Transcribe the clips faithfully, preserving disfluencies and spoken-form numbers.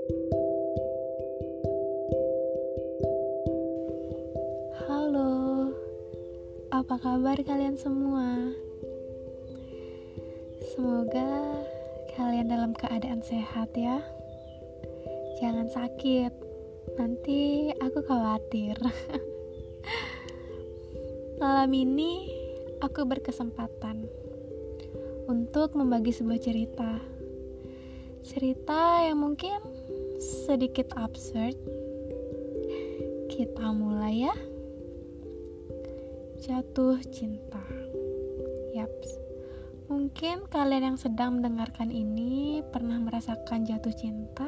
Halo, apa kabar kalian semua? Semoga kalian dalam keadaan sehat ya. Jangan sakit, nanti aku khawatir. Malam ini aku berkesempatan untuk membagi sebuah cerita. Cerita yang mungkin sedikit absurd. Kita mulai ya. Jatuh cinta. Yaps. Mungkin kalian yang sedang mendengarkan ini pernah merasakan jatuh cinta.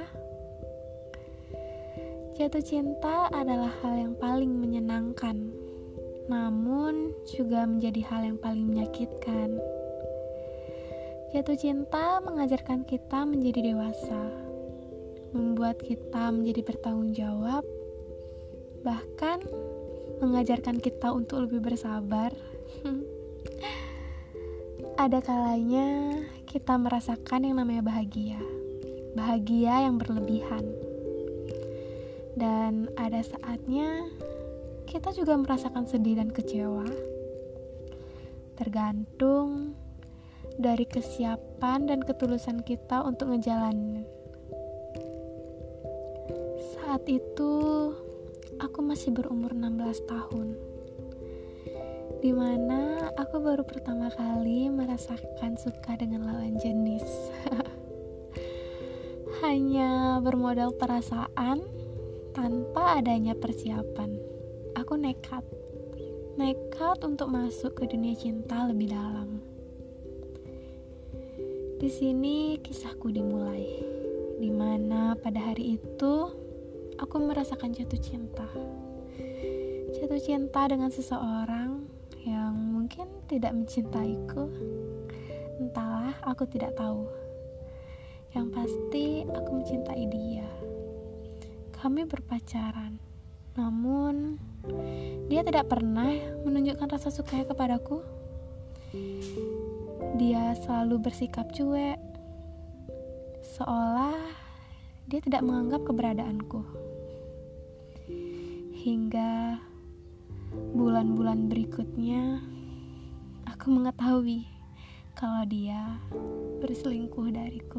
Jatuh cinta adalah hal yang paling menyenangkan, namun juga menjadi hal yang paling menyakitkan. Jatuh cinta mengajarkan kita menjadi dewasa, membuat kita menjadi bertanggung jawab, bahkan mengajarkan kita untuk lebih bersabar. Ada kalanya kita merasakan yang namanya bahagia, bahagia yang berlebihan. Dan ada saatnya kita juga merasakan sedih dan kecewa. Tergantung dari kesiapan dan ketulusan kita untuk ngejalanin. Saat itu aku masih berumur enam belas tahun, dimana aku baru pertama kali merasakan suka dengan lawan jenis. Hanya bermodal perasaan tanpa adanya persiapan. Aku nekat nekat untuk masuk ke dunia cinta lebih dalam. Di sini kisahku dimulai, dimana pada hari itu aku merasakan jatuh cinta. Jatuh cinta dengan seseorang yang mungkin tidak mencintaiku. Entahlah, aku tidak tahu. Yang pasti aku mencintai dia. Kami berpacaran, namun dia tidak pernah menunjukkan rasa sukanya kepadaku. Dia selalu bersikap cuek, seolah dia tidak menganggap keberadaanku. Hingga bulan-bulan berikutnya, aku mengetahui kalau dia berselingkuh dariku.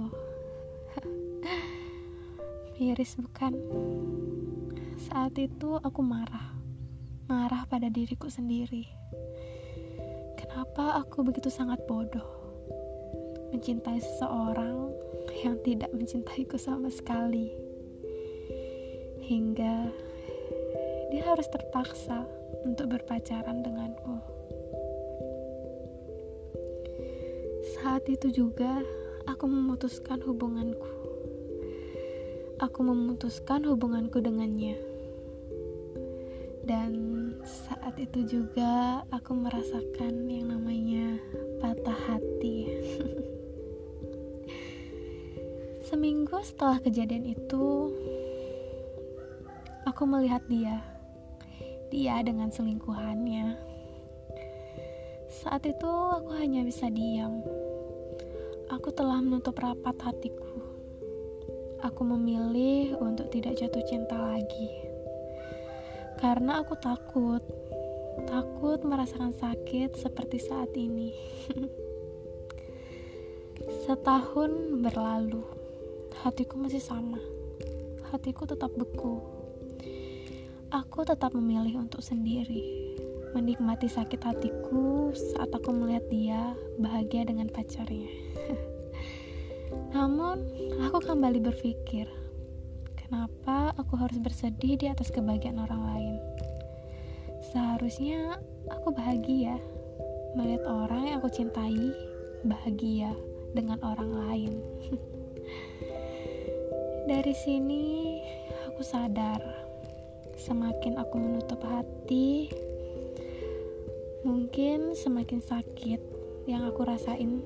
Miris bukan? Saat itu aku marah, marah pada diriku sendiri. Kenapa aku begitu sangat bodoh mencintai seseorang yang tidak mencintaiku sama sekali, hingga dia harus terpaksa untuk berpacaran denganku. Saat itu juga aku memutuskan hubunganku. Aku memutuskan hubunganku dengannya. Dan saat itu juga aku merasakan yang namanya patah hati. Seminggu setelah kejadian itu, aku melihat dia. Dia dengan selingkuhannya. Saat itu aku hanya bisa diam. Aku telah menutup rapat hatiku. Aku memilih untuk tidak jatuh cinta lagi. Karena aku takut, takut merasakan sakit seperti saat ini. Setahun berlalu, hatiku masih sama. Hatiku tetap beku. Aku tetap memilih untuk sendiri, menikmati sakit hatiku saat aku melihat dia bahagia dengan pacarnya. Namun, aku kembali berpikir, kenapa aku harus bersedih di atas kebahagiaan orang lain? Seharusnya aku bahagia melihat orang yang aku cintai bahagia dengan orang lain. Dari sini aku sadar, semakin aku menutup hati, mungkin semakin sakit yang aku rasain.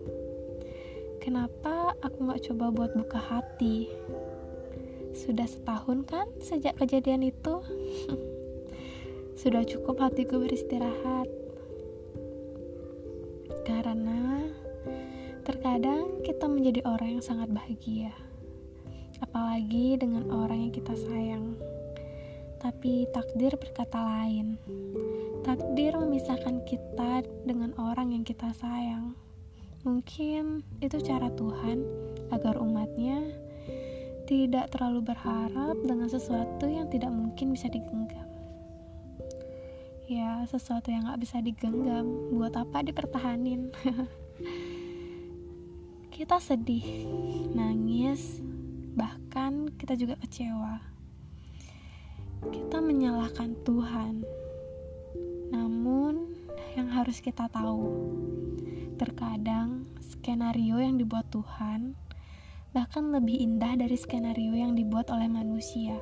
Kenapa aku gak coba buat buka hati? Sudah setahun kan sejak kejadian itu? Sudah cukup hatiku beristirahat. Karena terkadang kita menjadi orang yang sangat bahagia apalagi dengan orang yang kita sayang. Tapi takdir berkata lain. Takdir memisahkan kita dengan orang yang kita sayang. Mungkin itu cara Tuhan agar umatnya tidak terlalu berharap dengan sesuatu yang tidak mungkin bisa digenggam. Ya, sesuatu yang gak bisa digenggam, buat apa dipertahanin? Kita sedih, nangis, bahkan kita juga kecewa. Kita menyalahkan Tuhan. Namun, yang harus kita tahu, terkadang skenario yang dibuat Tuhan bahkan lebih indah dari skenario yang dibuat oleh manusia.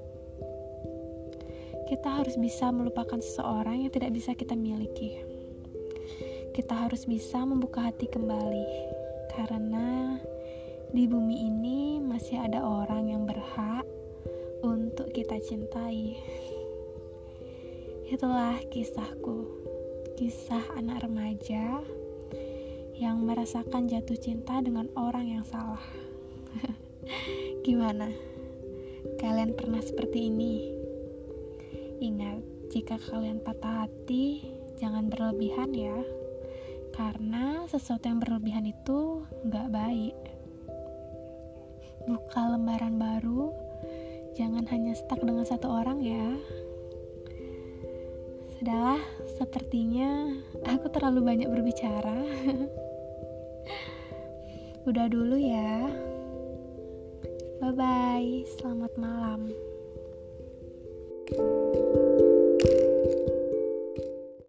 Kita harus bisa melupakan seseorang yang tidak bisa kita miliki. Kita harus bisa membuka hati kembali, karena di bumi ini masih ada orang yang berhak untuk kita cintai. Itulah kisahku, kisah anak remaja yang merasakan jatuh cinta dengan orang yang salah. Gimana? Kalian pernah seperti ini? Ingat, jika kalian patah hati, jangan berlebihan ya. Karena sesuatu yang berlebihan itu gak baik. Buka lembaran baru, jangan hanya stuck dengan satu orang ya. Sudahlah, sepertinya aku terlalu banyak berbicara. Udah dulu ya. Bye-bye, selamat malam.